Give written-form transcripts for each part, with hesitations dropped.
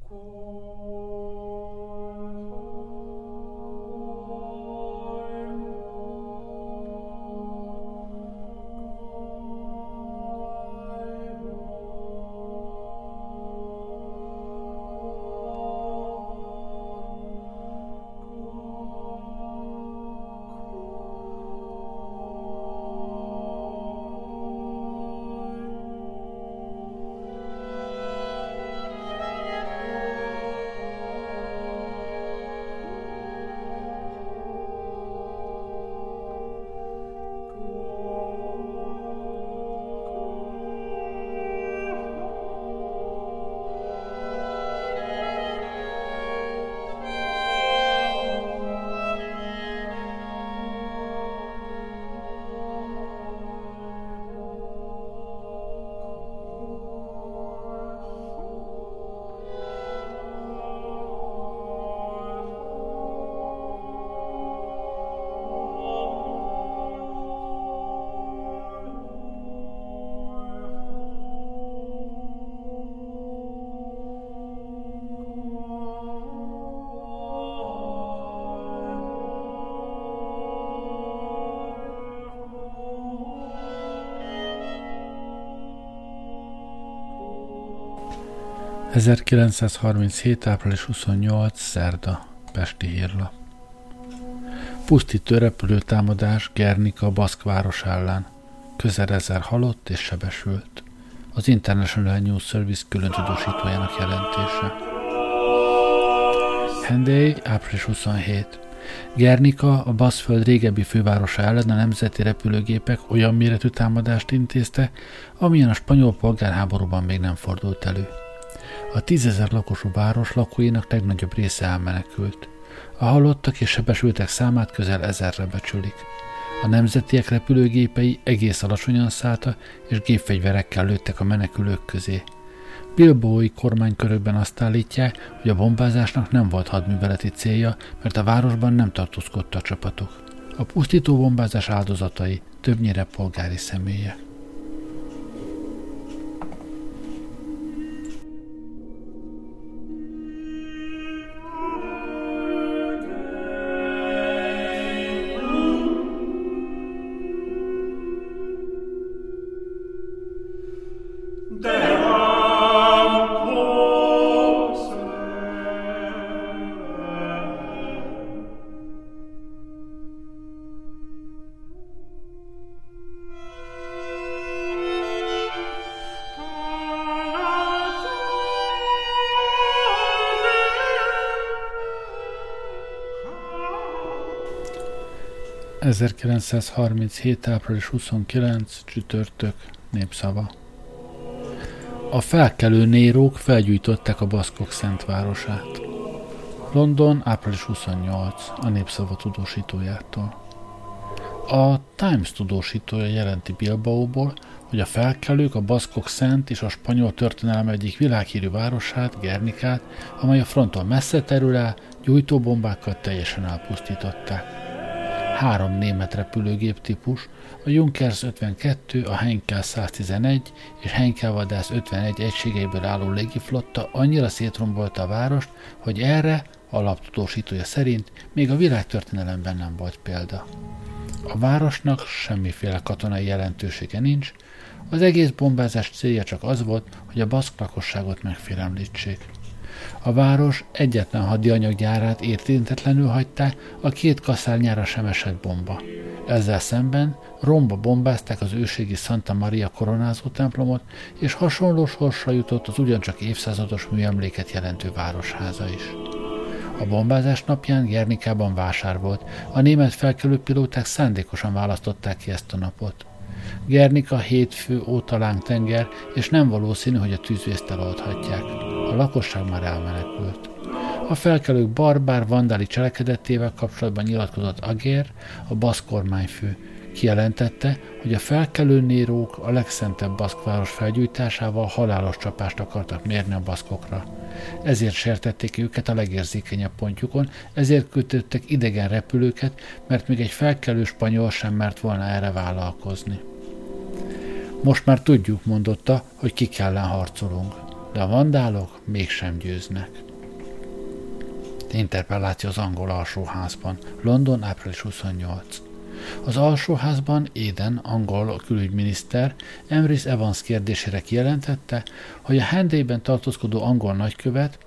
...1937. április 28. szerda, Pesti Hírlap. Pusztító repülőtámadás Guernica baszk város ellen. Közel 1000 halott és sebesült. Az International News Service külön tudósítójának jelentése. Henday, április 27. Guernica, a Baszkföld régebbi fővárosa ellen a nemzeti repülőgépek olyan méretű támadást intézte, amilyen a spanyol polgárháborúban még nem fordult elő. A 10 000 lakosú város lakóinak legnagyobb része elmenekült. A halottak és sebesültek számát közel 1000-re becsülik. A nemzetiek repülőgépei egész alacsonyan szálltak, és gépfegyverekkel lőttek a menekülők közé. Bilbaói kormánykörökben azt állítják, hogy a bombázásnak nem volt hadműveleti célja, mert a városban nem tartózkodtak csapatok. A pusztító bombázás áldozatai többnyire polgári személyek. ...1937. április 29. csütörtök, népszava. A felkelő nérók felgyújtották a baszkok szentvárosát. London, április 28. a népszava tudósítójától. A Times tudósítója jelenti Bilbaóból, hogy a felkelők a baszkok szent és a spanyol történelem egyik világhírű városát, Guernicát, amely a fronton messze terül el, gyújtóbombákkal teljesen elpusztították. 3 német repülőgép típus, a Junkers 52, a Heinkel 111 és Heinkel vadász 51 egységeiből álló légiflotta annyira szétrombolta a várost, hogy erre, a lap tudósítója szerint, még a világtörténelemben nem volt példa. A városnak semmiféle katonai jelentősége nincs, az egész bombázás célja csak az volt, hogy a baszk lakosságot megfélemlítsék. A város egyetlen hadianyaggyárát érintetlenül hagyták, a 2 kaszárnyára sem esett bomba. Ezzel szemben romba bombázták az őségi Santa Maria koronázó templomot, és hasonló sorsra jutott az ugyancsak évszázados műemléket jelentő városháza is. A bombázás napján Guernicában vásár volt, a német felkelőpilóták szándékosan választották ki ezt a napot. Guernica 7 fő ótaláng tenger, és nem valószínű, hogy a tűzvészt eloldhatják. A lakosság már elmenekült. A felkelők barbár vandáli cselekedetével kapcsolatban nyilatkozott Aguirre, a baszk kormányfő. Kijelentette, hogy a felkelő nérók a legszentebb baszkváros felgyújtásával halálos csapást akartak mérni a baszkokra. Ezért sértették őket a legérzékenyebb pontjukon, ezért kötöttek idegen repülőket, mert még egy felkelő spanyol sem mert volna erre vállalkozni. Most már tudjuk, mondotta, hogy kik ellen harcolunk. de a vandálok mégsem győznek. Interpelláció az angol alsóházban. London, április 28. Az alsóházban Eden, angol külügyminiszter Emrys Evans kérdésére kijelentette, hogy a Hendaye-ben tartózkodó angol nagykövet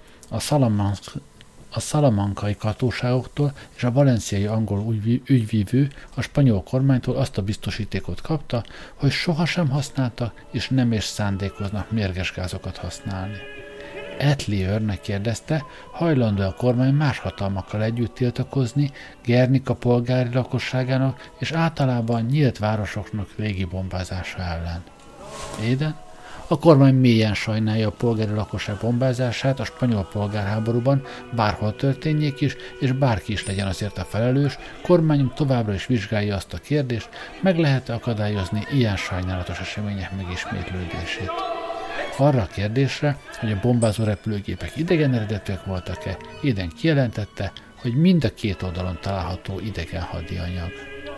a szalamankai hatóságoktól és a valenciai angol ügyvívő a spanyol kormánytól azt a biztosítékot kapta, hogy sohasem használtak és nem is szándékoznak mérges gázokat használni. Attlee kérdezte, hajlandó a kormány más hatalmakkal együtt tiltakozni Guernica polgári lakosságának és általában nyílt városoknak régi bombázása ellen. Eden: a kormány mélyen sajnálja a polgári lakosság bombázását a spanyol polgárháborúban, bárhol történjék is, és bárki is legyen azért a felelős, kormányunk továbbra is vizsgálja azt a kérdést, meg lehet-e akadályozni ilyen sajnálatos események megismétlődését. Arra a kérdésre, hogy a bombázó repülőgépek idegen eredetűek voltak-e, Eden kijelentette, hogy mind a két oldalon található idegen hadianyag.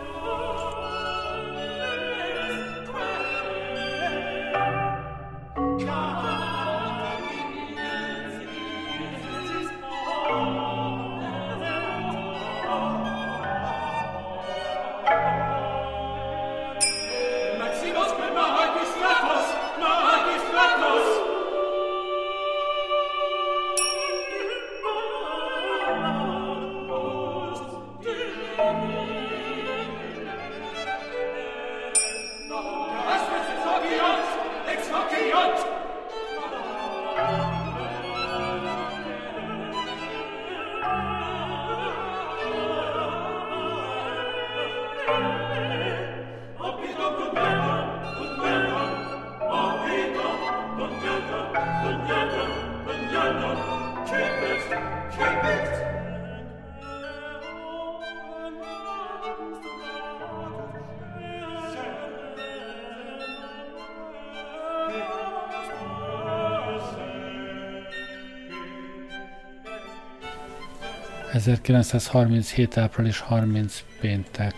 ...1937. április 30. péntek.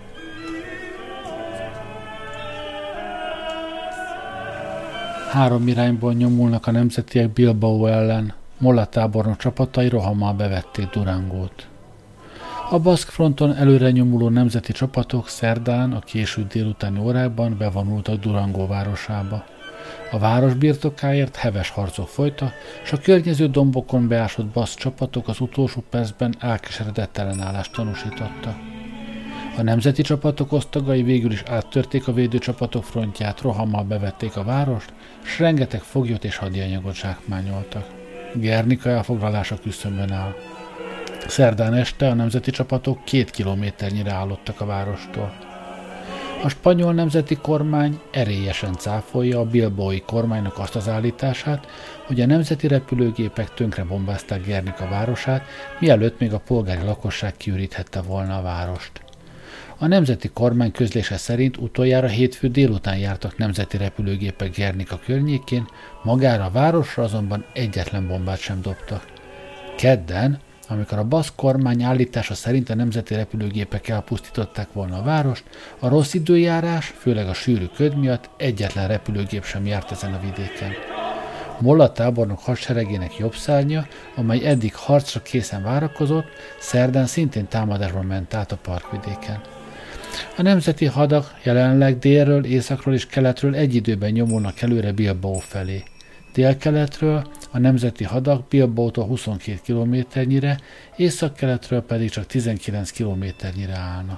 Három irányból nyomulnak a nemzetiek Bilbao ellen. Mola tábornok csapatai rohammal bevették Durangót. A baszk fronton előre nyomuló nemzeti csapatok szerdán a késő délutáni órákban bevonultak Durangó városába. A város birtokáért heves harcok folytak, és a környező dombokon beásott baszk csapatok az utolsó percben elkeseredett ellenállást tanúsítottak. A nemzeti csapatok osztagai végül is áttörték a védőcsapatok frontját, rohammal bevették a várost, s rengeteg foglyot és hadianyagot zsákmányoltak. Guernica elfoglalása küszöbön áll. Szerdán este a nemzeti csapatok 2 kilométernyire állottak a várostól. A spanyol nemzeti kormány erélyesen cáfolja a bilbaói kormánynak azt az állítását, hogy a nemzeti repülőgépek tönkre bombázták Guernica városát, mielőtt még a polgári lakosság kiürithette volna a várost. A nemzeti kormány közlése szerint utoljára hétfő délután jártak nemzeti repülőgépek Guernica környékén, magára a városra azonban egyetlen bombát sem dobtak. Kedden, amikor a baszk kormány állítása szerint a nemzeti repülőgépek elpusztították volna a várost, a rossz időjárás, főleg a sűrű köd miatt egyetlen repülőgép sem járt ezen a vidéken. Mola tábornok hadseregének jobb szárnya, amely eddig harcra készen várakozott, szerdán szintén támadásba ment át a parkvidéken. A nemzeti hadak jelenleg délről, északról és keletről egy időben nyomulnak előre Bilbao felé. Délkeletről a nemzeti hadak Bilbaótól 22 kilométernyire, északkeletről pedig csak 19 kilométernyire állnak.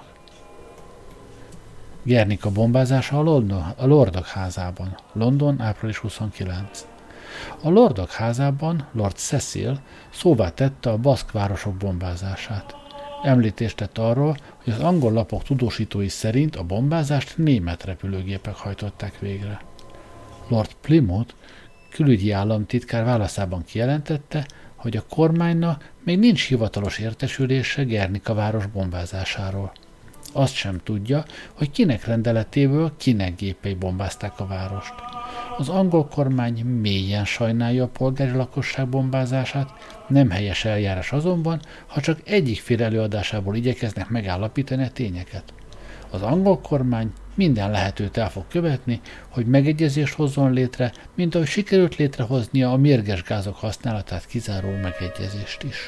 Guernica bombázása a Lordok házában. London, április 29. A Lordok házában Lord Cecil szóvá tette a baszk városok bombázását. Említést tett arról, hogy az angol lapok tudósítói szerint a bombázást német repülőgépek hajtották végre. Lord Plymouth külügyi államtitkár válaszában kijelentette, hogy a kormánynak még nincs hivatalos értesülése Guernica város bombázásáról. Azt sem tudja, hogy kinek rendeletéből, kinek gépei bombázták a várost. Az angol kormány mélyen sajnálja a polgári lakosság bombázását, nem helyes eljárás azonban, ha csak egyik fél előadásából igyekeznek megállapítani a tényeket. Az angol kormány minden lehetőt el fog követni, hogy megegyezést hozzon létre, mint ahogy sikerült létrehoznia a mérges gázok használatát kizáró megegyezést is.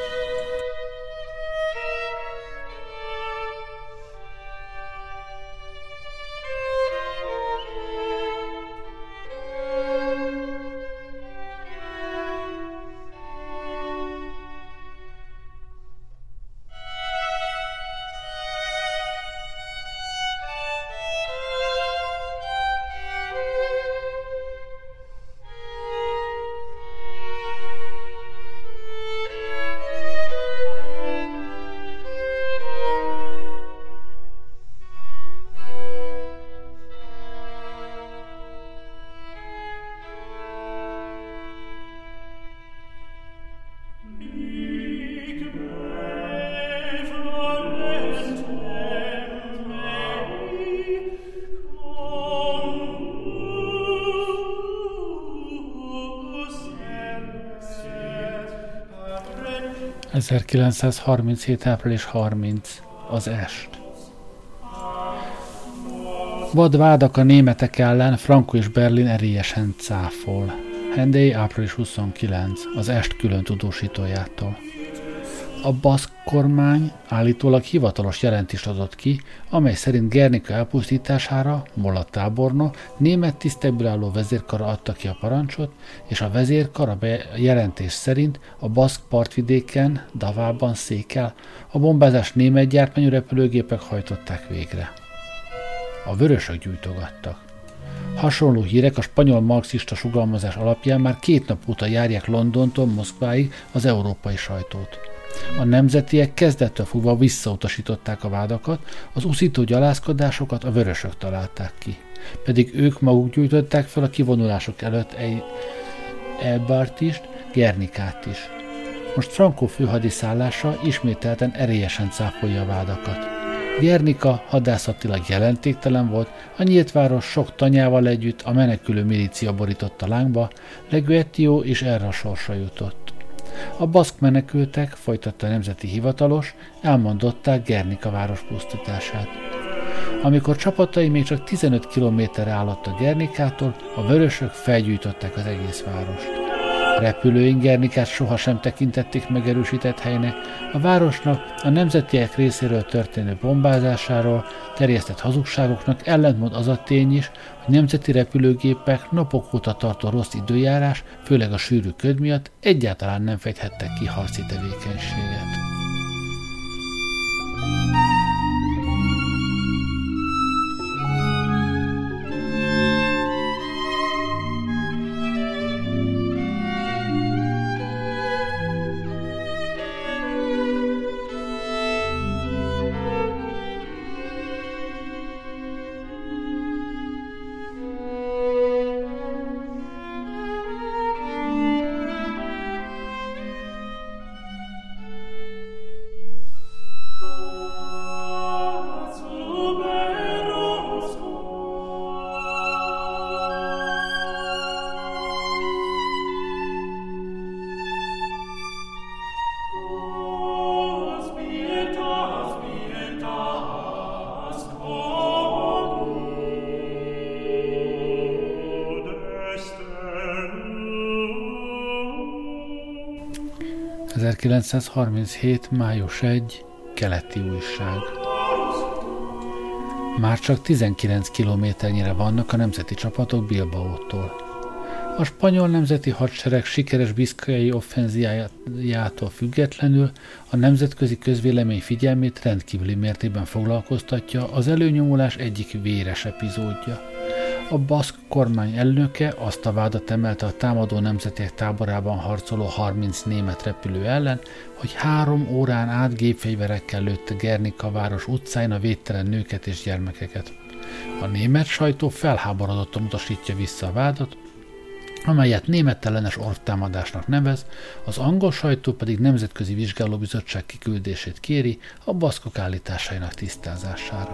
...1937. április 30. az est. Vad vádak a németek ellen, Franco és Berlin erélyesen cáfol. Henday, április 29. az est külön tudósítójától. A baszk kormány állítólag hivatalos jelentést adott ki, amely szerint Guernica elpusztítására Mola tábornok német tisztekből álló vezérkara adta ki a parancsot, és a vezérkar a jelentés szerint a baszk partvidéken, Davában székel, a bombázás német gyártmányú repülőgépek hajtották végre. A vörösök gyújtogattak. Hasonló hírek a spanyol marxista sugalmazás alapján már 2 nap óta járják Londontól Moszkváig az európai sajtót. A nemzetiek kezdettől fogva visszautasították a vádakat, az uszító gyalázkodásokat a vörösök találták ki. Pedig ők maguk gyújtották fel a kivonulások előtt Elbartist, Guernicát is. Most Franco főhadiszállása ismételten erélyesen cáfolja a vádakat. Guernica hadászatilag jelentéktelen volt, a nyílt város sok tanyával együtt a menekülő milícia borította lángba, Leguetio is erre a sorsra jutott. A baszk menekültek, folytatta a nemzeti hivatalos, elmondották Guernica város pusztítását. Amikor csapatai még csak 15 kilométerre állott a Guernicától, a vörösök felgyújtották az egész várost. Repülőink Guernicát sohasem tekintették megerősített helynek, a városnak a nemzetiek részéről történő bombázásáról, terjesztett hazugságoknak ellentmond az a tény is, hogy nemzeti repülőgépek napok óta tartó rossz időjárás, főleg a sűrű köd miatt egyáltalán nem fejthettek ki harci tevékenységet. ...1937. május 1. keleti újság. Már csak 19 kilométernyire vannak a nemzeti csapatok Bilbaótól. A spanyol nemzeti hadsereg sikeres biszkaiai offenziájától függetlenül a nemzetközi közvélemény figyelmét rendkívüli mértékben foglalkoztatja az előnyomulás egyik véres epizódja. A baszk kormány elnöke azt a vádat emelte a támadó nemzetiek táborában harcoló 30 német repülő ellen, hogy 3 órán át gépfegyverekkel lőtte Guernica város utcáin a védtelen nőket és gyermekeket. A német sajtó felháborodottan utasítja vissza a vádat, amelyet németellenes orvtámadásnak nevez, az angol sajtó pedig nemzetközi vizsgálóbizottság kiküldését kéri a baszkok állításainak tisztázására.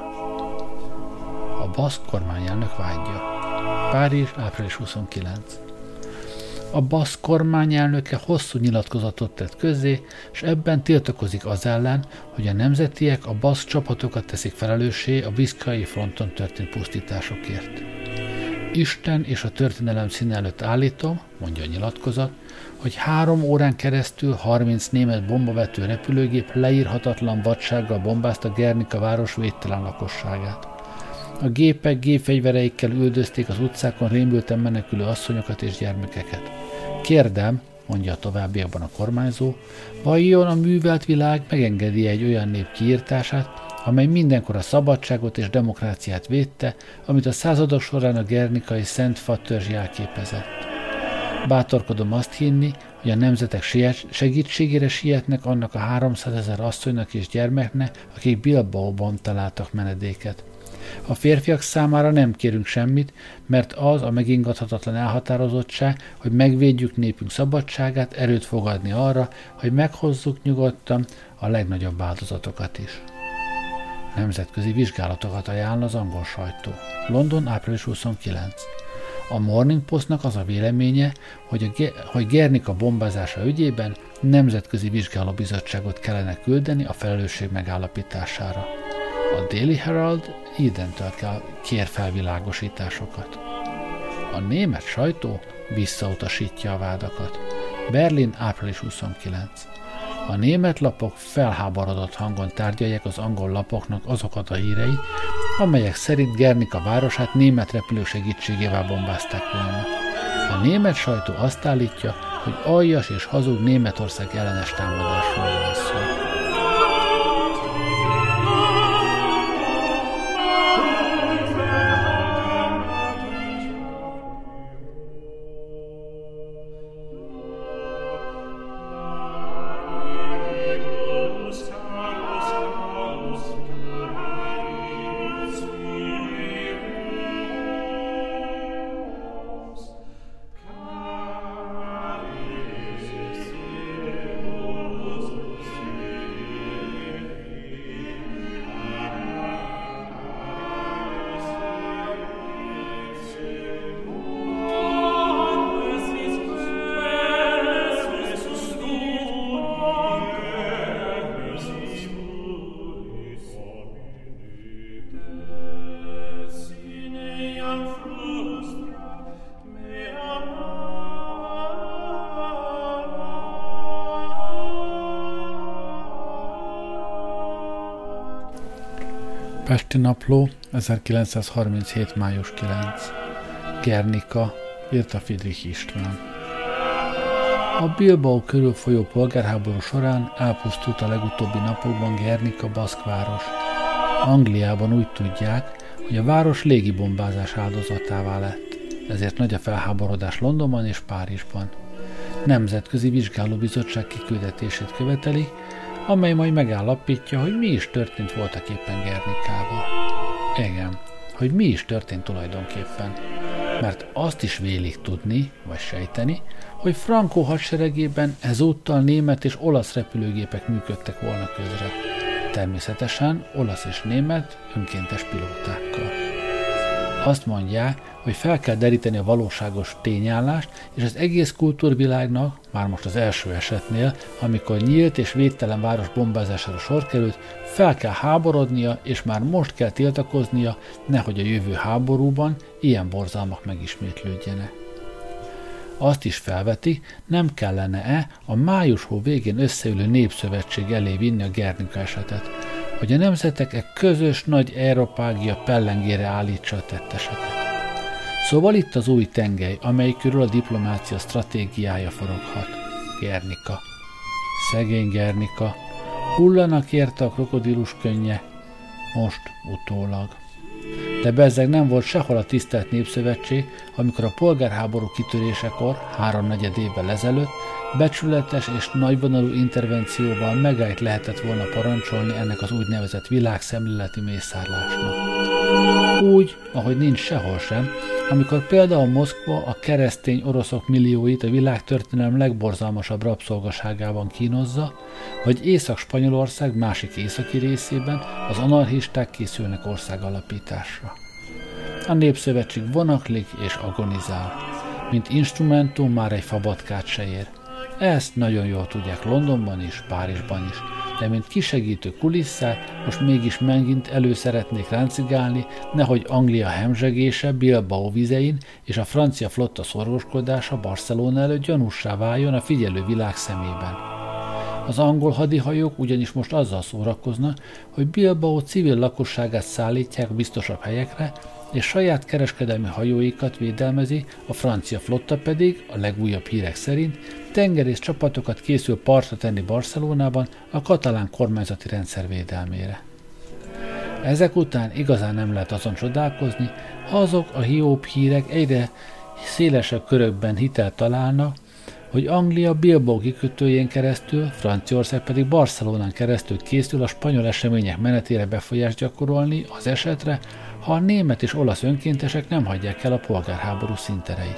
A baszk kormányelnök vágyja. Párizs, április 29. A baszk kormányelnöke hosszú nyilatkozatot tett közzé, és ebben tiltakozik az ellen, hogy a nemzetiek a baszk csapatokat teszik felelőssé a biszkai fronton történt pusztításokért. Isten és a történelem színe előtt állítom, mondja a nyilatkozat, hogy 3 órán keresztül 30 német bombavető repülőgép leírhatatlan vadsággal bombázta Gernika város védtelen lakosságát. A gépek gépfegyvereikkel üldözték az utcákon rémülten menekülő asszonyokat és gyermekeket. Kérdem, mondja a továbbiakban a kormányzó, vajon a művelt világ megengedi egy olyan nép kiirtását, amely mindenkor a szabadságot és demokráciát védte, amit a századok során a gernikai Szent Fa törzs jelképezett. Bátorkodom azt hinni, hogy a nemzetek segítségére sietnek annak a 300 000 asszonynak és gyermeknek, akik Bilbaóban találtak menedéket. A férfiak számára nem kérünk semmit, mert az a megingathatatlan elhatározottság, hogy megvédjük népünk szabadságát, erőt fogadni arra, hogy meghozzuk nyugodtan a legnagyobb áldozatokat is. Nemzetközi vizsgálatokat ajánl az angol sajtó. London, április 29. A Morning Postnak az a véleménye, hogy Gernika bombázása ügyében nemzetközi vizsgálóbizottságot kellene küldeni a felelősség megállapítására. A Daily Herald identől kér felvilágosításokat. A német sajtó visszautasítja a vádakat. Berlin, április 29. A német lapok felháborodott hangon tárgyalják az angol lapoknak azokat a híreit, amelyek szerint Gernika városát német repülők segítségével bombázták volna. A német sajtó azt állítja, hogy aljas és hazug Németország ellenes támadásról van szó. Pesti Napló, 1937. május 9. Gernika, írta Friedrich István. A Bilbao körül folyó polgárháború során elpusztult a legutóbbi napokban Gernika baszkváros. Angliában úgy tudják, hogy a város légibombázás áldozatává lett, ezért nagy a felháborodás Londonban és Párizsban. Nemzetközi vizsgálóbizottság kiküldetését követeli, amely majd megállapítja, hogy mi is történt voltak éppen Gernikával. Igen, hogy mi is történt tulajdonképpen. Mert azt is vélik tudni, vagy sejteni, hogy Franco hadseregében ezúttal német és olasz repülőgépek működtek volna közre. Természetesen olasz és német önkéntes pilótákkal. Azt mondják, hogy fel kell deríteni a valóságos tényállást, és az egész kultúrvilágnak, már most az első esetnél, amikor nyílt és védtelen város bombázására sor került, fel kell háborodnia, és már most kell tiltakoznia, nehogy a jövő háborúban ilyen borzalmak megismétlődjenek. Azt is felveti, nem kellene-e a május hó végén összeülő népszövetség elé vinni a Gernika esetet, hogy a nemzetek közös nagy Európágia pellengére állítsa a tetteseket. Szóval itt az új tengely, amely körül a diplomácia stratégiája foroghat. Gernika. Szegény Gernika. Hullanak érte a krokodilus könnye. Most utólag. De bezzeg nem volt sehol a tisztelt népszövetség, amikor a polgárháború kitörésekor, 3-4 évvel ezelőtt, becsületes és nagyvonalú intervencióval megállt lehetett volna parancsolni ennek az úgynevezett világszemléleti mészárlásnak. Úgy, ahogy nincs sehol sem, amikor például Moszkva a keresztény oroszok millióit a világtörténelem legborzalmasabb rabszolgaságában kínozza, vagy Észak-Spanyolország másik északi részében az anarchisták készülnek országalapításra. A népszövetség vonaklik és agonizál. mint instrumentum már egy fabatkát se ér. Ezt nagyon jól tudják Londonban is, Párizsban is, de mint kisegítő kulisszát most mégis megint elő szeretnék ráncigálni, nehogy Anglia hemzsegése Bilbao vizein és a francia flotta szorgoskodása Barcelona előtt gyanússá váljon a figyelő világ szemében. Az angol hadihajók ugyanis most azzal szórakoznak, hogy Bilbao civil lakosságát szállítják biztosabb helyekre, és saját kereskedelmi hajóikat védelmezi, a francia flotta pedig, a legújabb hírek szerint, tengerész csapatokat készül partra tenni Barcelonában a katalán kormányzati rendszer védelmére. Ezek után igazán nem lehet azon csodálkozni, ha azok a hióbb hírek egyre szélesebb körökben hitelt találnak, hogy Anglia Bilbao kikötőjén keresztül, Franciaország pedig Barcelonán keresztül készül a spanyol események menetére befolyást gyakorolni az esetre, ha a német és olasz önkéntesek nem hagyják el a polgárháború színtereit.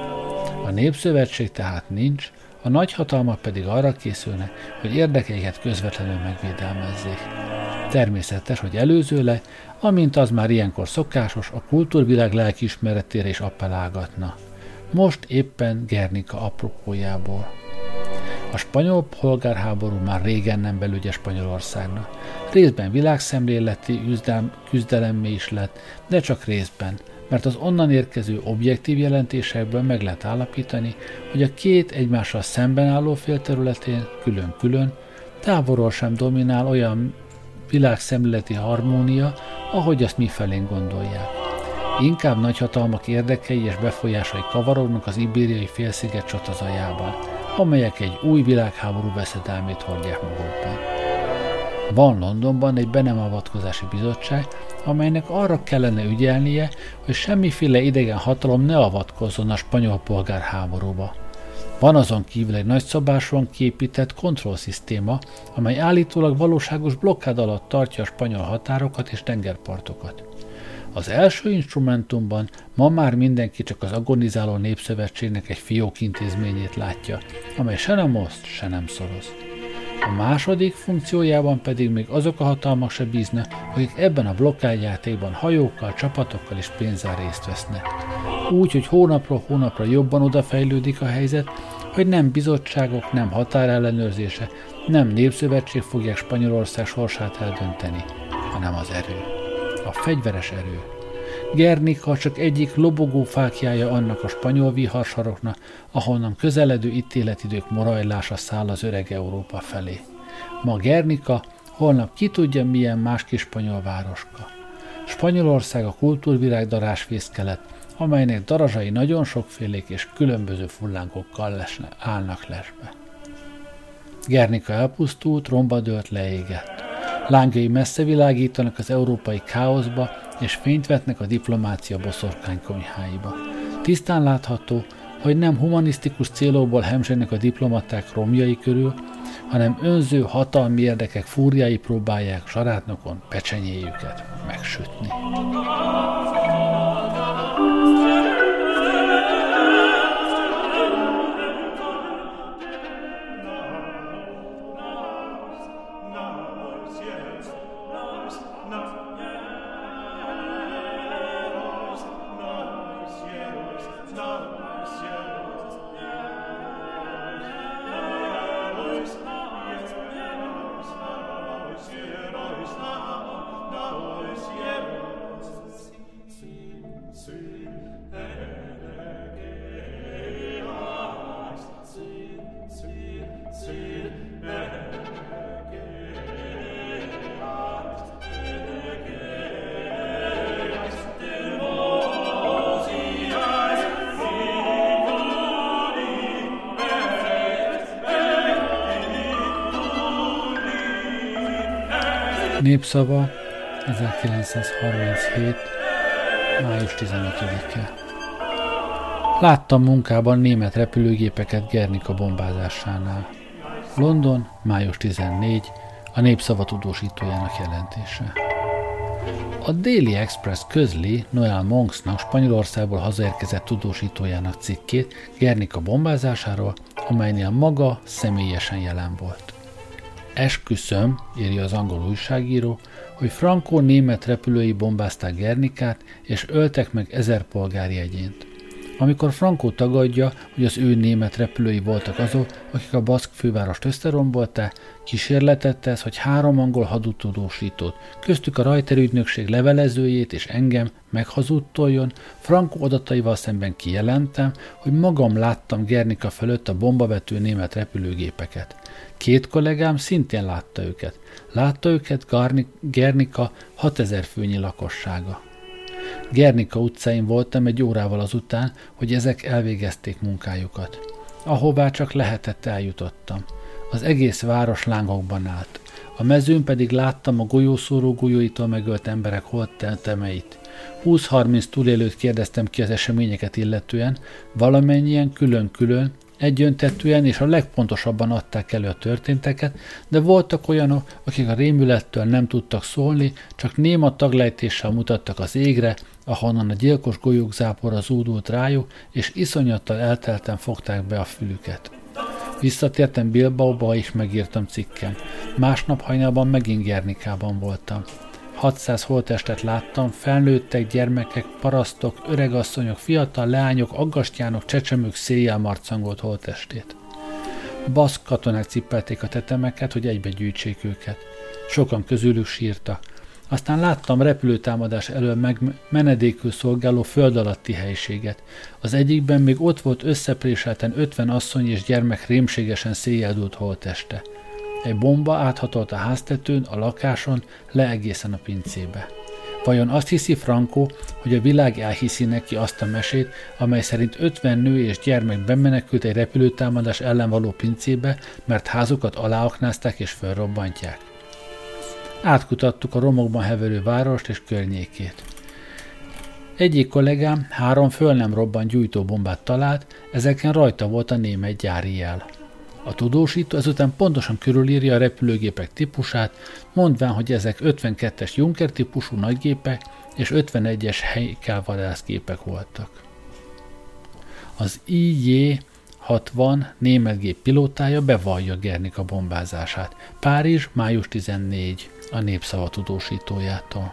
A Népszövetség tehát nincs, a nagyhatalmak pedig arra készülnek, hogy érdekeiket közvetlenül megvédelmezzék. Természetes, hogy előzőleg, amint az már ilyenkor szokásos, a kultúrvilág lelkiismeretére is appellálgatna. Most éppen Guernica apropójából. A spanyol polgárháború már régen nem belügye Spanyolországnak. Részben világszemléleti küzdelemmé is lett, de csak részben, mert az onnan érkező objektív jelentésekből meg lehet állapítani, hogy a két egymással szemben álló fél területén külön-külön távolról sem dominál olyan világszemléleti harmónia, ahogy azt mifelénk gondolják. Inkább nagyhatalmak érdekei és befolyásai kavarognak az ibériai félsziget csatazajában, amelyek egy új világháború veszedelmét hordják magukban. Van Londonban egy be nem avatkozási bizottság, amelynek arra kellene ügyelnie, hogy semmiféle idegen hatalom ne avatkozzon a spanyol polgárháborúba. Van azon kívül egy nagyszabásúan kiépített kontrollszisztéma, amely állítólag valóságos blokkád alatt tartja a spanyol határokat és tengerpartokat. Az első instrumentumban ma már mindenki csak az agonizáló népszövetségnek egy fiók intézményét látja, amely se nem oszt, se nem szoroz. A második funkciójában pedig még azok a hatalmak se bíznak, akik ebben a blokkádjátékban hajókkal, csapatokkal és pénzzel részt vesznek. Úgy, hogy hónapról hónapra jobban odafejlődik a helyzet, hogy nem bizottságok, nem határellenőrzése, nem népszövetség fogják Spanyolország sorsát eldönteni, hanem az erő. A fegyveres erő. Guernica csak egyik lobogó fáklyája annak a spanyol viharsaroknak, ahonnan közeledő ítéletidők morajlása száll az öreg Európa felé. Ma Guernica, holnap ki tudja milyen más kis spanyol városka. Spanyolország a kultúrvirág darásfészkelet, amelynek darazsai nagyon sokfélék és különböző fullánkokkal állnak lesbe. Guernica elpusztult, romba dőlt, leégett. Lángjai messze világítanak az európai káoszba, és fényt vetnek a diplomácia boszorkánykonyháiba. Tisztán látható, hogy nem humanisztikus célokból hemzsegnek a diplomaták romjai körül, hanem önző hatalmi érdekek fúriái próbálják sarátnokon pecsenyéjüket megsütni. Népszava, 1937. május 15-e. Láttam munkában német repülőgépeket Guernica bombázásánál. London, május 14, a Népszava tudósítójának jelentése. A Daily Express közli Noel Monksnak, Spanyolországból hazaérkezett tudósítójának cikkét Guernica bombázásáról, amelynél maga személyesen jelen volt. Esküszöm, írja az angol újságíró, hogy frankó német repülői bombázták Guernicát, és öltek meg 1000 polgári egyént. Amikor Franco tagadja, hogy az ő német repülői voltak azok, akik a baszk fővárost összerombolták, kísérletet tesz, hogy 3 angol hadutudósítót, köztük a rajterügynökség levelezőjét és engem meghazudtoljon, Franco adataival szemben kijelentem, hogy magam láttam Guernica fölött a bombavető német repülőgépeket. 2 kollégám szintén látta őket. Látta őket Guernica 6000 főnyi lakossága. Guernica utcáin voltam egy órával azután, hogy ezek elvégezték munkájukat. Ahová csak lehetett, eljutottam. Az egész város lángokban állt. A mezőn pedig láttam a golyószóró golyóitól megölt emberek holttemeit. 20-30 túlélőt kérdeztem ki az eseményeket illetően, valamennyien külön-külön, egyöntetűen és a legpontosabban adták elő a történteket, de voltak olyanok, akik a rémülettől nem tudtak szólni, csak néma taglejtéssel mutattak az égre, ahonnan a gyilkos golyók zápora zúdult rájuk, és iszonyattal eltelten fogták be a fülüket. Visszatértem Bilbaóba, és megírtam cikkem. Másnap hajnalban megint Guernicában voltam. 600 holttestet láttam, felnőttek, gyermekek, parasztok, öregasszonyok, fiatal leányok, aggastyánok, csecsemők széjjel marcangolt holttestét. Baszk katonák cippelték a tetemeket, hogy egybe gyűjtsék őket. Sokan közülük sírtak. Aztán láttam repülőtámadás elől menedékül szolgáló föld alatti helyiséget. Az egyikben még ott volt összepréselten 50 asszony és gyermek rémségesen széjjel dúlt holtteste. Egy bomba áthatolt a háztetőn, a lakáson, le egészen a pincébe. Vajon azt hiszi Franco, hogy a világ elhiszi neki azt a mesét, amely szerint 50 nő és gyermek bemenekült egy repülőtámadás ellen való pincébe, mert házukat aláaknázták és felrobbantják? Átkutattuk a romokban heverő várost és környékét. Egyik kollégám 3 föl nem robbant gyújtóbombát talált, ezeken rajta volt a német gyári jel. A tudósító ezután pontosan körülírja a repülőgépek típusát, mondván, hogy ezek 52-es Junker típusú nagygépek és 51-es Heinkel vadászgépek voltak. Az IJ-60 német gép pilótája bevallja Guernica bombázását. Párizs, május 14, a Népszava tudósítójától.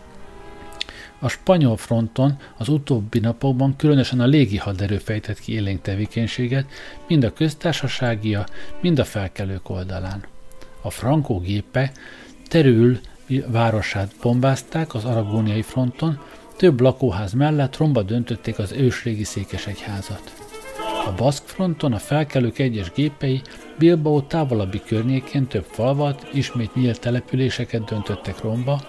A spanyol fronton az utóbbi napokban különösen a légihaderő fejtett ki élénk tevékenységet, mind a köztársaságia, mind a felkelők oldalán. A Franco gépe Terül városát bombázták az aragóniai fronton, több lakóház mellett romba döntötték az ősrégi székesegyházat. A baszk fronton a felkelők egyes gépei Bilbao távolabbi környékén több falvat, ismét nyílt településeket döntöttek romba,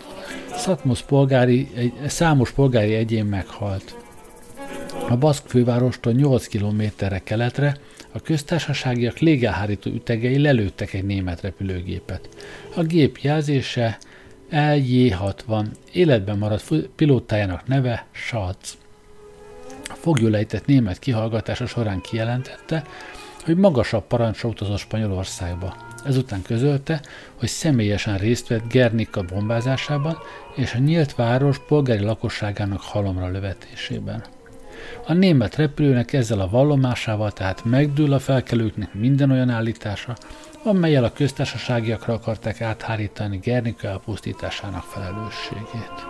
számos polgári egyén meghalt. A baszk fővárostól 8 kilométerre keletre a köztársaságiak légelhárító ütegei lelőttek egy német repülőgépet. A gép jelzése LJ-60, életben maradt pilótájának neve Schatz. A foglyulejtett német kihallgatása során kijelentette, hogy magasabb parancsra utazott Spanyolországba. Ezután közölte, hogy személyesen részt vett Guernica bombázásában és a nyílt város polgári lakosságának halomra lövetésében. A német repülőnek ezzel a vallomásával tehát megdől a felkelőknek minden olyan állítása, amellyel a köztársaságiakra akarták áthárítani Guernica elpusztításának felelősségét.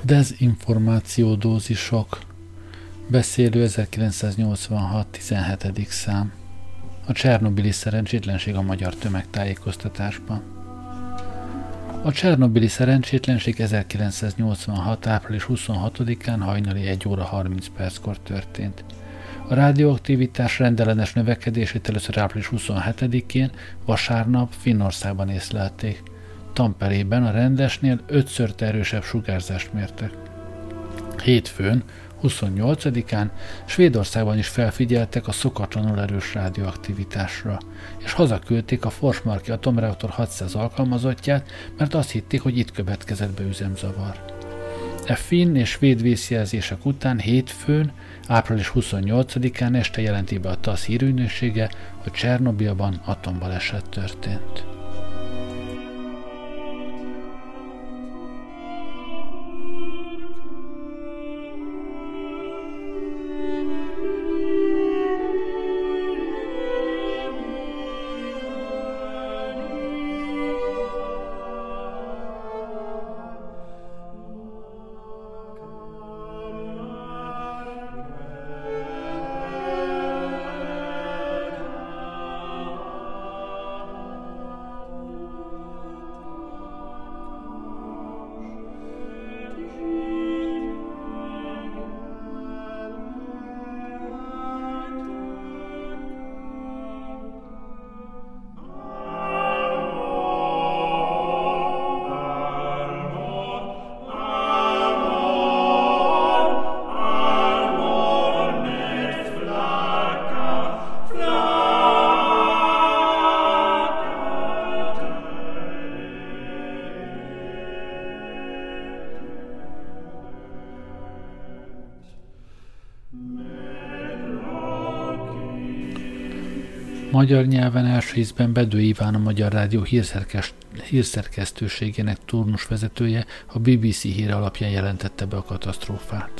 Dezinformációdózisok. Beszélő 1986. 17. szám. A csernobili szerencsétlenség a magyar tömegtájékoztatásban. A csernobili szerencsétlenség 1986. április 26-án hajnali 1 óra 30 perckor történt. A rádióaktivitás rendellenes növekedését először április 27-én vasárnap Finnországban észlelték. Tamperében a rendesnél 5-ször erősebb sugárzást mértek. Hétfőn, 28-án Svédországban is felfigyeltek a szokatlanul erős rádióaktivitásra, és hazaküldték a Forsmarki atomreaktor 600 alkalmazottját, mert azt hitték, hogy itt következett be üzemzavar. E finn és svéd vészjelzések után hétfőn, április 28-án este jelenti be a TASZ hírügynöksége, hogy Csernobilban atombaleset történt. Magyar nyelven első ízben Bedő Iván, a Magyar Rádió hírszerkesztőségének turnusvezetője a BBC híre alapján jelentette be a katasztrófát.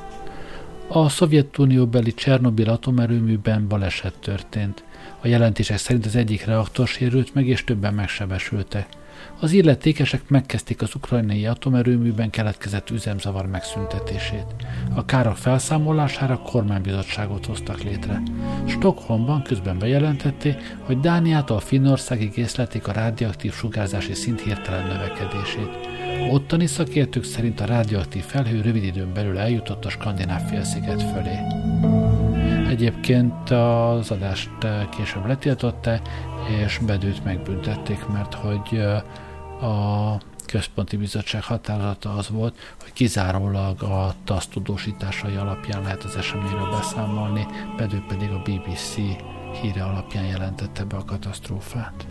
A Szovjetunióbeli Csernobil atomerőműben baleset történt. A jelentések szerint az egyik reaktor sérült meg, és többen megsebesültek. Az illetékesek megkezdték az ukrajnai atomerőműben keletkezett üzemzavar megszüntetését. A károk felszámolására kormánybizottságot hoztak létre. Stockholmban közben bejelentették, hogy Dániától Finnországig észlelték a rádióaktív sugárzási szint hirtelen növekedését. Ottani szakértők szerint a rádióaktív felhő rövid időn belül eljutott a Skandináv-félsziget fölé. Egyébként az adást később letiltották, és Bedőt megbüntették, mert hogy a Központi Bizottság határozata az volt, hogy kizárólag a TASZ tudósításai alapján lehet az eseményről beszámolni, Bedő pedig a BBC híre alapján jelentette be a katasztrófát.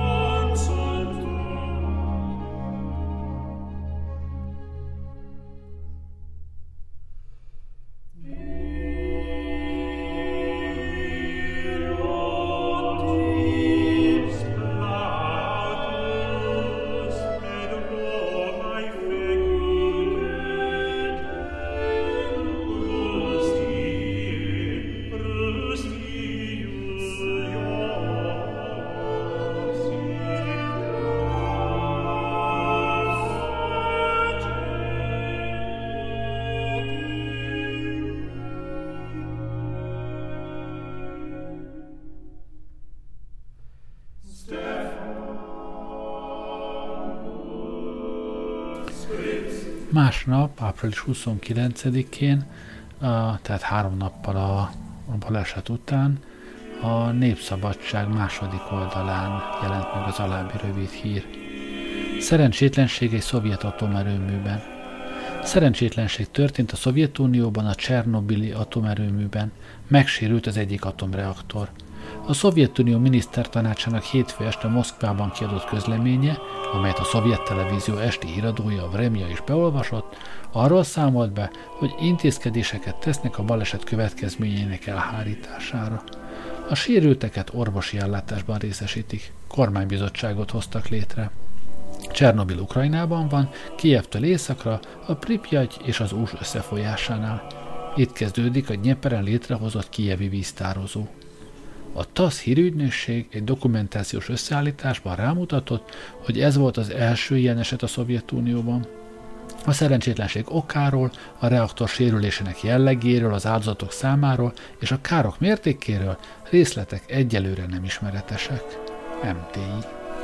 Másnap, április 29-én, tehát 3 nappal a baleset után, a Népszabadság második oldalán jelent meg az alábbi rövid hír. Szerencsétlenség egy szovjet atomerőműben. Szerencsétlenség történt a Szovjetunióban, a Csernobili atomerőműben. Megsérült az egyik atomreaktor. A Szovjetunió minisztertanácsának hétfő este Moszkvában kiadott közleménye, amelyet a szovjet televízió esti híradója Vremja is beolvasott, arról számolt be, hogy intézkedéseket tesznek a baleset következményeinek elhárítására. A sérülteket orvosi ellátásban részesítik, kormánybizottságot hoztak létre. Csernobil Ukrajnában van, Kijevtől északra, a Pripyat és az Ós összefolyásánál. Itt kezdődik a Dnyeperen létrehozott kijevi víztározó. A TASZ hírügynökség egy dokumentációs összeállításban rámutatott, hogy ez volt az első ilyen eset a Szovjetunióban. A szerencsétlenség okáról, a reaktor sérülésének jellegéről, az áldozatok számáról és a károk mértékéről részletek egyelőre nem ismeretesek. MTI.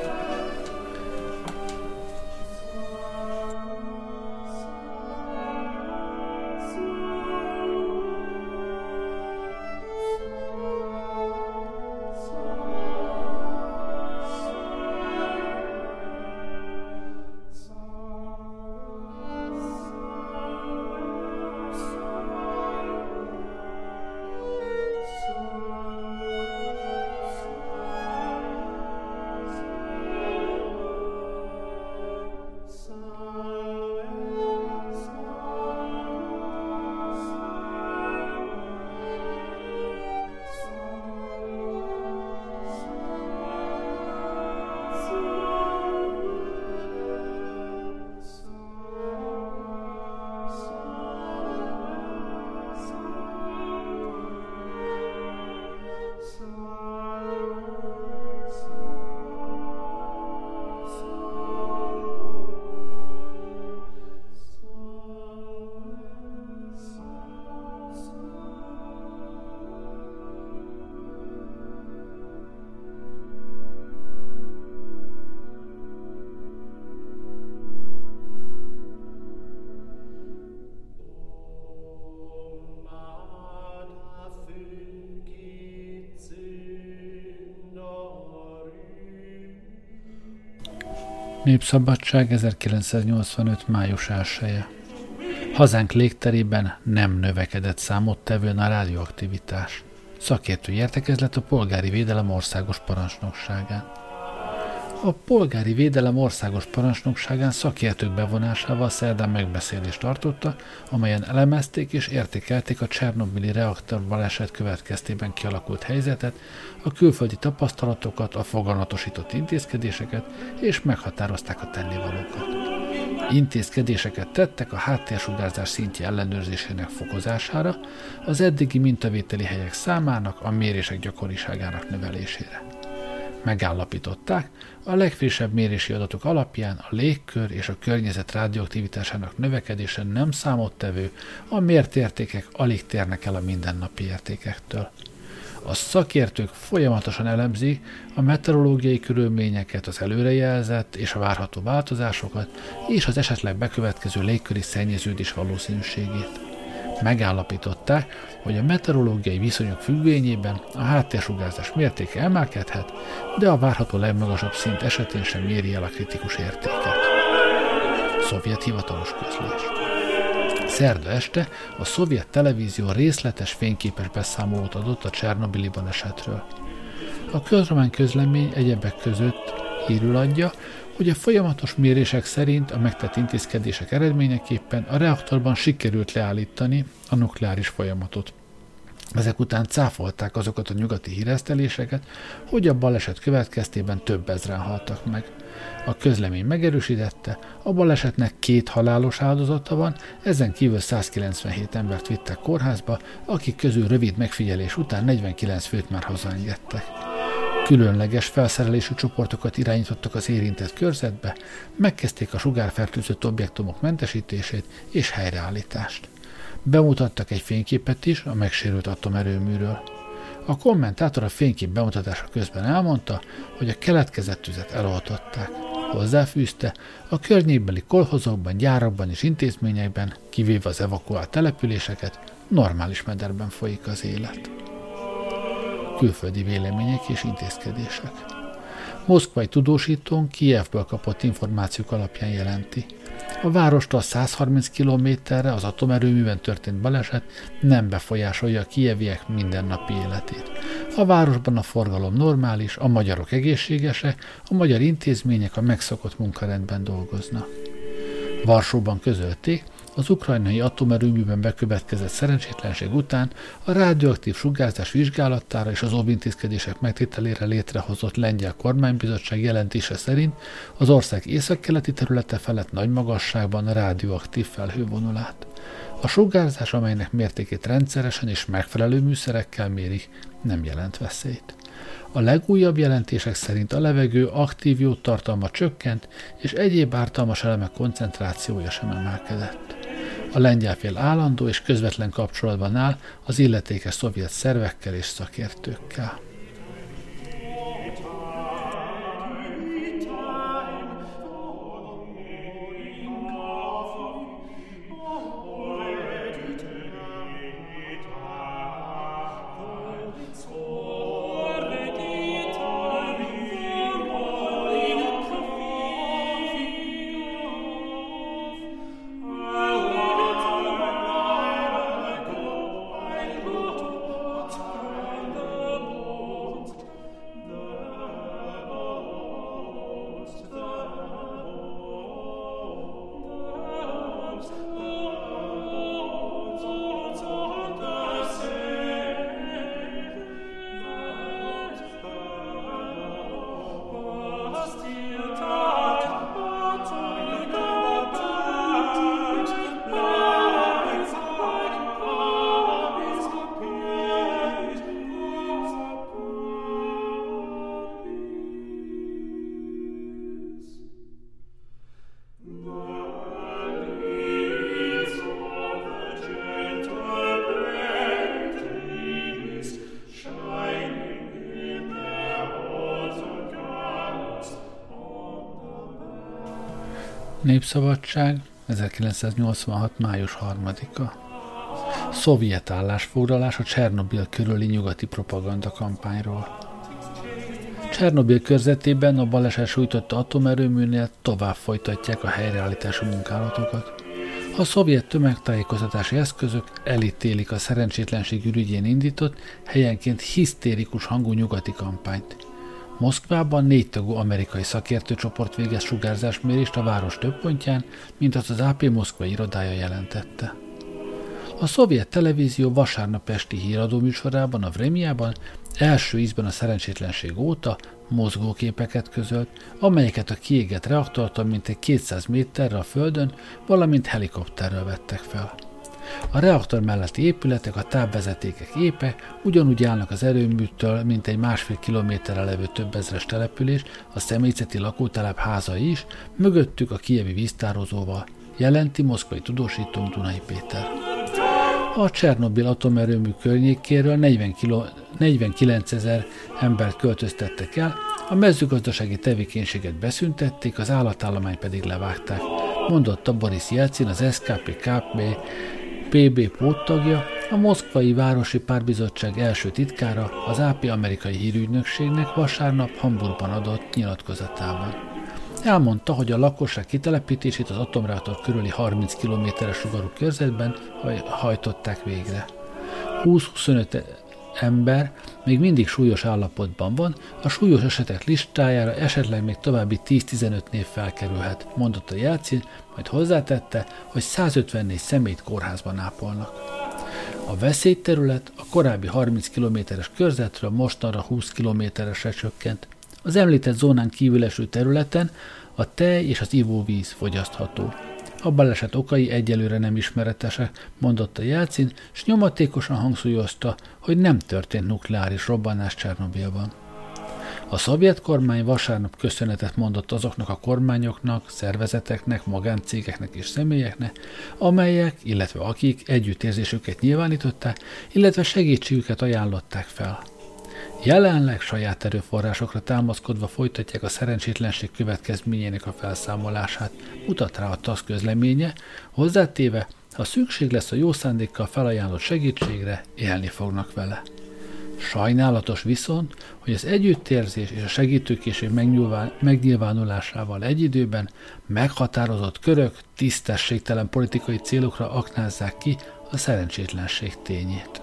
Népszabadság 1985. május 1-e. Hazánk légterében nem növekedett számottevőn a rádióaktivitás. Szakértői értekezlet a Polgári Védelem Országos Parancsnokságán. A Polgári Védelem Országos Parancsnokságán szakértők bevonásával szerdán megbeszélést tartotta, amelyen elemezték és értékelték a csernobili reaktor baleset következtében kialakult helyzetet, a külföldi tapasztalatokat, a foganatosított intézkedéseket, és meghatározták a tennivalókat. Intézkedéseket tettek a háttérsugárzás szintje ellenőrzésének fokozására, az eddigi mintavételi helyek számának, a mérések gyakoriságának növelésére. Megállapították, a legfrissebb mérési adatok alapján a légkör és a környezet radioaktivitásának növekedése nem számottevő, a mért értékek alig térnek el a mindennapi értékektől. A szakértők folyamatosan elemzik a meteorológiai körülményeket, az előrejelzett és a várható változásokat és az esetleg bekövetkező légköri szennyeződés valószínűségét. Megállapították, hogy a meteorológiai viszonyok függvényében a háttérsugárzás mértéke emelkedhet, de a várható legmagasabb szint esetén sem méri el a kritikus értéket. Szovjet hivatalos közlés. Szerda este a szovjet televízió részletes fényképes beszámolót adott a csernobili balesetről. A közromán közlemény egyebek között hírül adja, hogy a folyamatos mérések szerint a megtett intézkedések eredményeképpen a reaktorban sikerült leállítani a nukleáris folyamatot. Ezek után cáfolták azokat a nyugati híreszteléseket, hogy a baleset következtében több ezren haltak meg. A közlemény megerősítette, a balesetnek 2 halálos áldozata van, ezen kívül 197 embert vittek kórházba, akik közül rövid megfigyelés után 49 főt már hazaengedtek. Különleges felszerelésű csoportokat irányítottak az érintett körzetbe, megkezdték a sugárfertőzött objektumok mentesítését és helyreállítást. Bemutattak egy fényképet is a megsérült atomerőműről. A kommentátor a fénykép bemutatása közben elmondta, hogy a keletkezett tüzet eloltották. Hozzáfűzte, a környékbeli kolhozokban, gyárakban és intézményekben, kivéve az evakuált településeket, normális mederben folyik az élet. Külföldi vélemények és intézkedések. Moszkvai tudósítón Kijevből kapott információk alapján jelenti. A várostól 130 kilométerre az atomerőműben történt baleset nem befolyásolja a kijeviek mindennapi életét. A városban a forgalom normális, a magyarok egészségesek, a magyar intézmények a megszokott munkarendben dolgoznak. Varsóban közölték, az ukrajnai atomerőműben bekövetkezett szerencsétlenség után a rádióaktív sugárzás vizsgálatára és az óvintézkedések megtételére létrehozott lengyel kormánybizottság jelentése szerint az ország északkeleti területe felett nagy magasságban rádióaktív felhő vonul át. A sugárzás, amelynek mértékét rendszeresen és megfelelő műszerekkel mérik, nem jelent veszélyt. A legújabb jelentések szerint a levegő aktív jódtartalma csökkent, és egyéb ártalmas elemek koncentrációja sem emelkedett. A lengyel fél állandó és közvetlen kapcsolatban áll az illetékes szovjet szervekkel és szakértőkkel. Népszabadság, 1986. május 3-a. Szovjet állásfoglalás a Csernobil körüli nyugati propagandakampányról. Csernobil körzetében a baleset sújtotta atomerőműnél tovább folytatják a helyreállítási munkálatokat. A szovjet tömegtájékoztatási eszközök elítélik a szerencsétlenség ürügyén indított, helyenként hisztérikus hangú nyugati kampányt. Moszkvában 4 tagú amerikai szakértőcsoport végez sugárzásmérést a város több pontján, mint azt az AP Moszkva irodája jelentette. A szovjet televízió vasárnap esti híradó műsorában, a Vremjában első ízben a szerencsétlenség óta mozgóképeket közölt, amelyeket a kiégett reaktortól mintegy 200 méterre a földön, valamint helikopterrel vettek fel. A reaktor melletti épületek, a távvezetékek épe ugyanúgy állnak az erőműtől, mint egy 1,5 kilométerre levő több ezres település, a személyzeti lakótelep házai is, mögöttük a kijevi víztározóval, jelenti moszkvai tudósítónk Dunai Péter. A Csernobil atomerőmű környékéről 49 000 embert költöztettek el, a mezőgazdasági tevékenységet beszüntették, az állatállományt pedig levágták, mondotta Boris Jelcin, az SKP-KP PB póttagja, a Moszkvai Városi Pártbizottság első titkára az AP amerikai hírügynökségnek vasárnap Hamburgban adott nyilatkozatában. Elmondta, hogy a lakosság kitelepítését az atomreaktor körüli 30 kilométeres sugarú körzetben hajtották végre. 20-25 ember még mindig súlyos állapotban van, a súlyos esetek listájára esetleg még további 10-15 név felkerülhet, mondotta Jelcin, majd hozzátette, hogy 154 személyt kórházban ápolnak. A veszélyterület a korábbi 30 kilométeres körzetről mostanra 20 kilométeresre csökkent. Az említett zónán kívül eső területen a tej és az ivóvíz fogyasztható. A baleset okai egyelőre nem ismeretesek, mondotta Jelcin, s nyomatékosan hangsúlyozta, hogy nem történt nukleáris robbanás Csernobilban. A szovjet kormány vasárnap köszönetet mondott azoknak a kormányoknak, szervezeteknek, magáncégeknek és személyeknek, amelyek, illetve akik együttérzésüket nyilvánították, illetve segítségüket ajánlották fel. Jelenleg saját erőforrásokra támaszkodva folytatják a szerencsétlenség következményének a felszámolását, mutat rá a TASZ közleménye, hozzátéve, ha szükség lesz a jó szándékkal felajánlott segítségre, élni fognak vele. Sajnálatos viszont, hogy az együttérzés és a segítőkészség megnyilvánulásával egy időben meghatározott körök tisztességtelen politikai célokra aknázzák ki a szerencsétlenség tényét.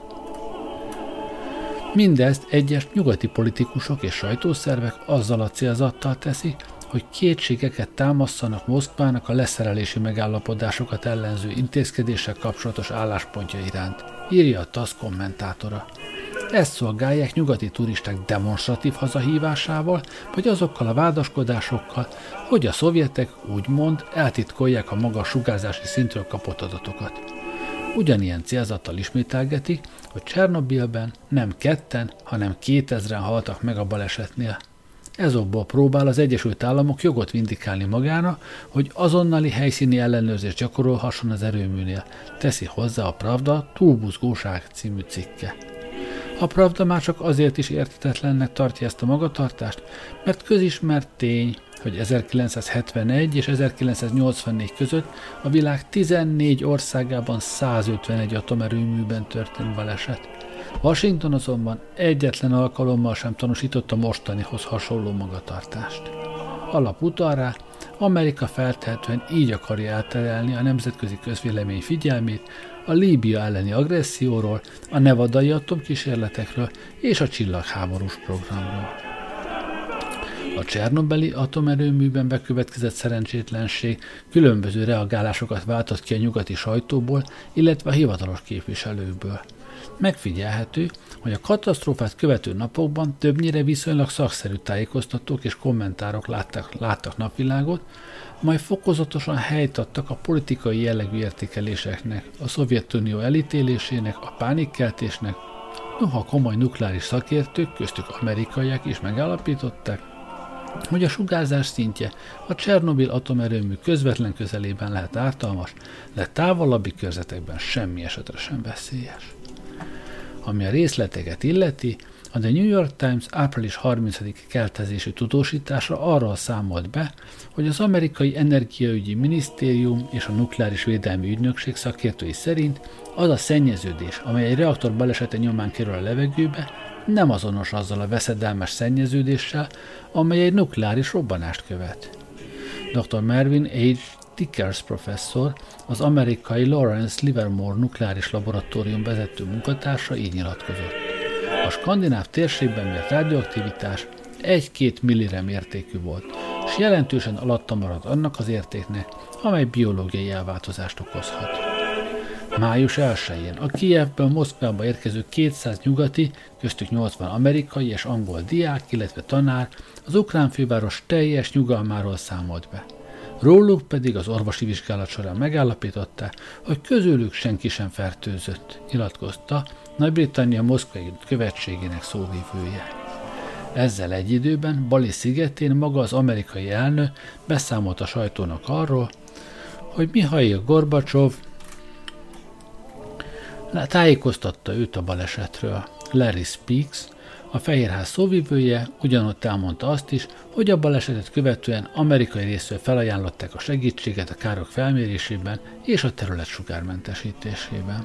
Mindezt egyes nyugati politikusok és sajtószervek azzal a célzattal teszik, hogy kétségeket támasszanak Moszkvának a leszerelési megállapodásokat ellenző intézkedéssel kapcsolatos álláspontja iránt, írja a TASZ kommentátora. Ezt szolgálják nyugati turisták demonstratív hazahívásával, vagy azokkal a vádaskodásokkal, hogy a szovjetek úgymond eltitkolják a magas sugárzási szintről kapott adatokat. ugyanilyen célzattal ismételgetik, hogy Csernobilben nem 2-en, hanem 2000-en haltak meg a balesetnél. Ezokból próbál az Egyesült Államok jogot vindikálni magára, hogy azonnali helyszíni ellenőrzést gyakorolhasson az erőműnél, teszi hozzá a Pravda Túlbuzgóság című cikke. A Pravda már csak azért is érthetetlennek tartja ezt a magatartást, mert közismert tény, hogy 1971 és 1984 között a világ 14 országában 151 atomerőműben történt baleset. Washington azonban egyetlen alkalommal sem tanúsította mostanihoz hasonló magatartást. Alapúton rá Amerika feltehetően így akarja elterelni a nemzetközi közvélemény figyelmét a Líbia elleni agresszióról, a nevadai atomkísérletekről és a csillagháborús programról. A csernobili atomerőműben bekövetkezett szerencsétlenség különböző reagálásokat váltott ki a nyugati sajtóból, illetve a hivatalos képviselőkből. Megfigyelhető, hogy a katasztrófát követő napokban többnyire viszonylag szakszerű tájékoztatók és kommentárok láttak napvilágot, majd fokozatosan helyt adtak a politikai jellegű értékeléseknek, a Szovjetunió elítélésének, a pánikkeltésnek, noha komoly nukleáris szakértők, köztük amerikaiak is megállapították, hogy a sugárzás szintje a Csernobil atomerőmű közvetlen közelében lehet ártalmas, de távolabbi körzetekben semmi esetre sem veszélyes. Ami a részleteket illeti, a The New York Times április 30-i keltezésű tudósítása arról számolt be, hogy az amerikai energiaügyi minisztérium és a nukleáris védelmi ügynökség szakértői szerint az a szennyeződés, amely egy reaktor balesete nyomán kerül a levegőbe, nem azonos azzal a veszedelmes szennyeződéssel, amely egy nukleáris robbanást követ. Dr. Mervyn H. Dickers professzor, az amerikai Lawrence Livermore nukleáris laboratórium vezető munkatársa így nyilatkozott. A skandináv térségben mért radioaktivitás 1-2 millirem értékű volt, és jelentősen alatta maradt annak az értéknek, amely biológiai elváltozást okozhat. Május 1-én a Kijevből Moszkvába érkező 200 nyugati, köztük 80 amerikai és angol diák, illetve tanár az ukrán főváros teljes nyugalmáról számolt be. Róluk pedig az orvosi vizsgálat során megállapították, hogy közülük senki sem fertőzött, nyilatkozta Nagy-Britannia moszkvai követségének szóvivője. Ezzel egy időben Bali szigetén maga az amerikai elnök beszámolt a sajtónak arról, hogy Mihail Gorbacsov tájékoztatta őt a balesetről. Larry Speaks, a Fehérház szóvivője ugyanott elmondta azt is, hogy a balesetet követően amerikai részről felajánlották a segítséget a károk felmérésében és a terület sugármentesítésében.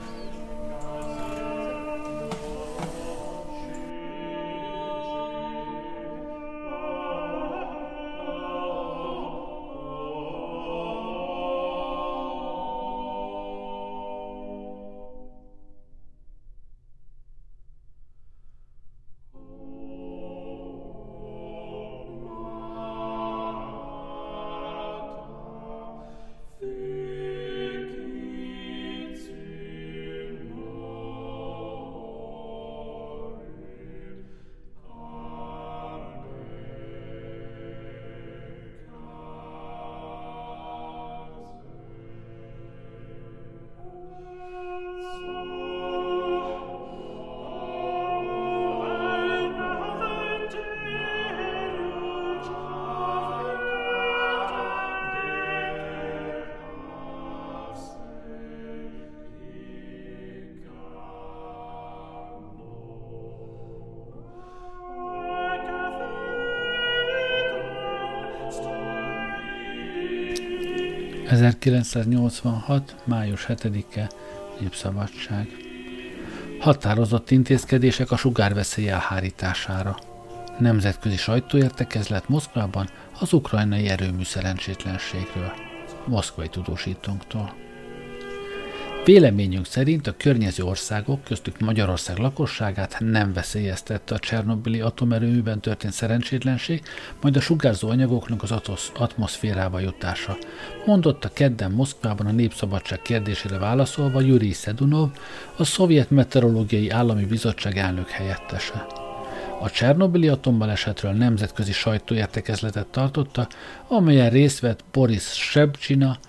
...1986. május 7-e Népszabadság. Határozott intézkedések a sugárveszély elhárítására. Nemzetközi sajtóértekezlet Moszkvában az ukrajnai erőmű szerencsétlenségről. Moszkvai tudósítónktól. Véleményünk szerint a környező országok, köztük Magyarország lakosságát nem veszélyeztette a csernobili atomerőműben történt szerencsétlenség, majd a sugárzó anyagoknak az atmoszférába jutása, mondotta kedden Moszkvában a Népszabadság kérdésére válaszolva Jurij Szedunov, a Szovjet Meteorológiai Állami Bizottság elnök helyettese. A csernobili atombalesetről nemzetközi sajtóértekezletet tartotta, amelyen részt vett Boris Sebcsina,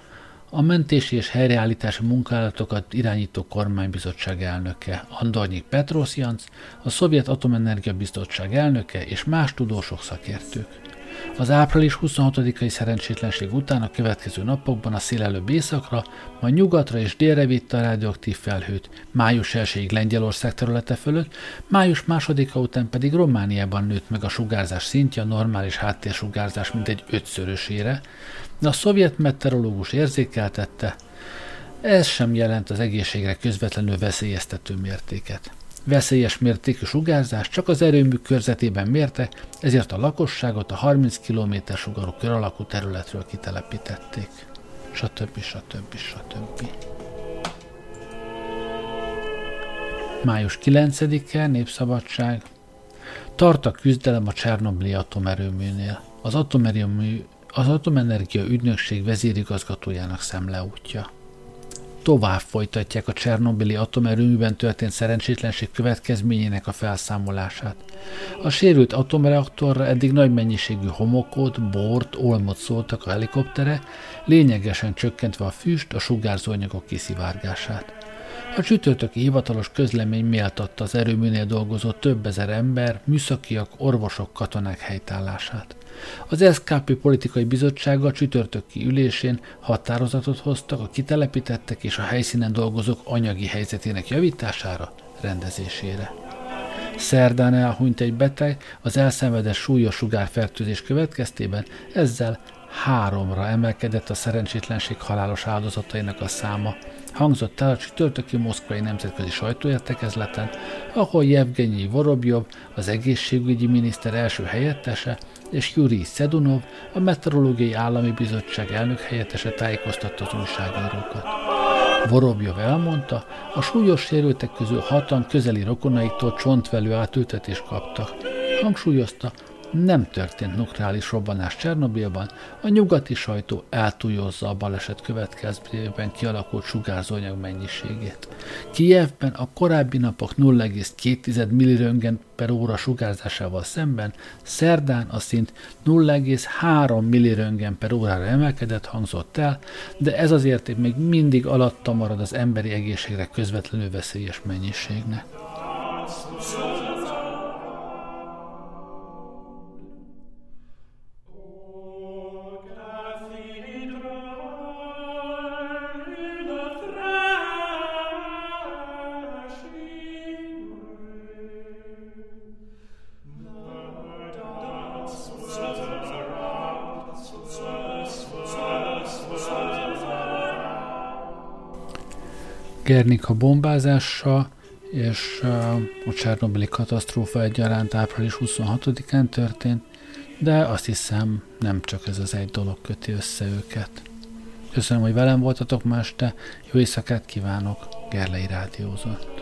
A mentési és helyreállítási munkálatokat irányító kormánybizottság elnöke Andornyik Petrosjanc, a Szovjet Atomenergia Bizottság elnöke és más tudósok, szakértők. Az április 26-ai szerencsétlenség után a következő napokban a szél előbb északra, majd nyugatra és délre vitte a radioaktív felhőt, május 1-ig Lengyelország területe fölött, május 2-a után pedig Romániában nőtt meg a sugárzás szintje a normális háttérsugárzás mintegy 5-szörösére, de a szovjet meteorológus érzékeltette, ez sem jelent az egészségre közvetlenül veszélyeztető mértéket. Veszélyes mértékű sugárzás csak az erőmű körzetében mérte, ezért a lakosságot a 30 km sugarú kör alakú területről kitelepítették. Stb. Május 9-e, Népszabadság. Tart a küzdelem a Csernobili atomerőműnél. Az Atomenergia Ügynökség vezérigazgatójának szemleútja. Tovább folytatják a Csernobili atomerőműben történt szerencsétlenség következményének a felszámolását. A sérült atomreaktorra eddig nagy mennyiségű homokot, bort, olmot szóltak a helikoptere, lényegesen csökkentve a füst, a sugárzóanyagok kiszivárgását. A csütörtöki hivatalos közlemény méltatta az erőműnél dolgozó több ezer ember, műszakiak, orvosok, katonák helytállását. Az SKP politikai bizottsága csütörtöki ülésén határozatot hoztak a kitelepítettek és a helyszínen dolgozók anyagi helyzetének javítására, rendezésére. Szerdán elhunyt egy beteg az elszenvedett súlyos sugárfertőzés következtében, ezzel 3-ra emelkedett a szerencsétlenség halálos áldozatainak a száma, hangzott el a csütörtöki moszkvai nemzetközi sajtóértekezleten, ahol Jevgenyi Vorobjov, az egészségügyi miniszter első helyettese, és Jurij Szedunov, a Meteorológiai Állami Bizottság elnök helyettese tájékoztatta az újságírókat. Vorobjov elmondta, a súlyos sérültek közül 6-an közeli rokonaiktól csontvelő átültetést kaptak. Hangsúlyozta, nem történt nukleáris robbanás Csernobilban, a nyugati sajtó eltúlyozza a baleset következtében kialakult sugárzóanyag mennyiségét. Kijevben a korábbi napok 0,2 milliröntgen per óra sugárzásával szemben szerdán a szint 0,3 milliröntgen per órára emelkedett, hangzott el, de ez az érték még mindig alatta marad az emberi egészségre közvetlenül veszélyes mennyiségnek. Gernika bombázása és a csernobili katasztrófa egyaránt április 26-án történt, de azt hiszem nem csak ez az egy dolog köti össze őket. Köszönöm, hogy velem voltatok ma este, jó éjszakát kívánok, Gerlei Rádiózó.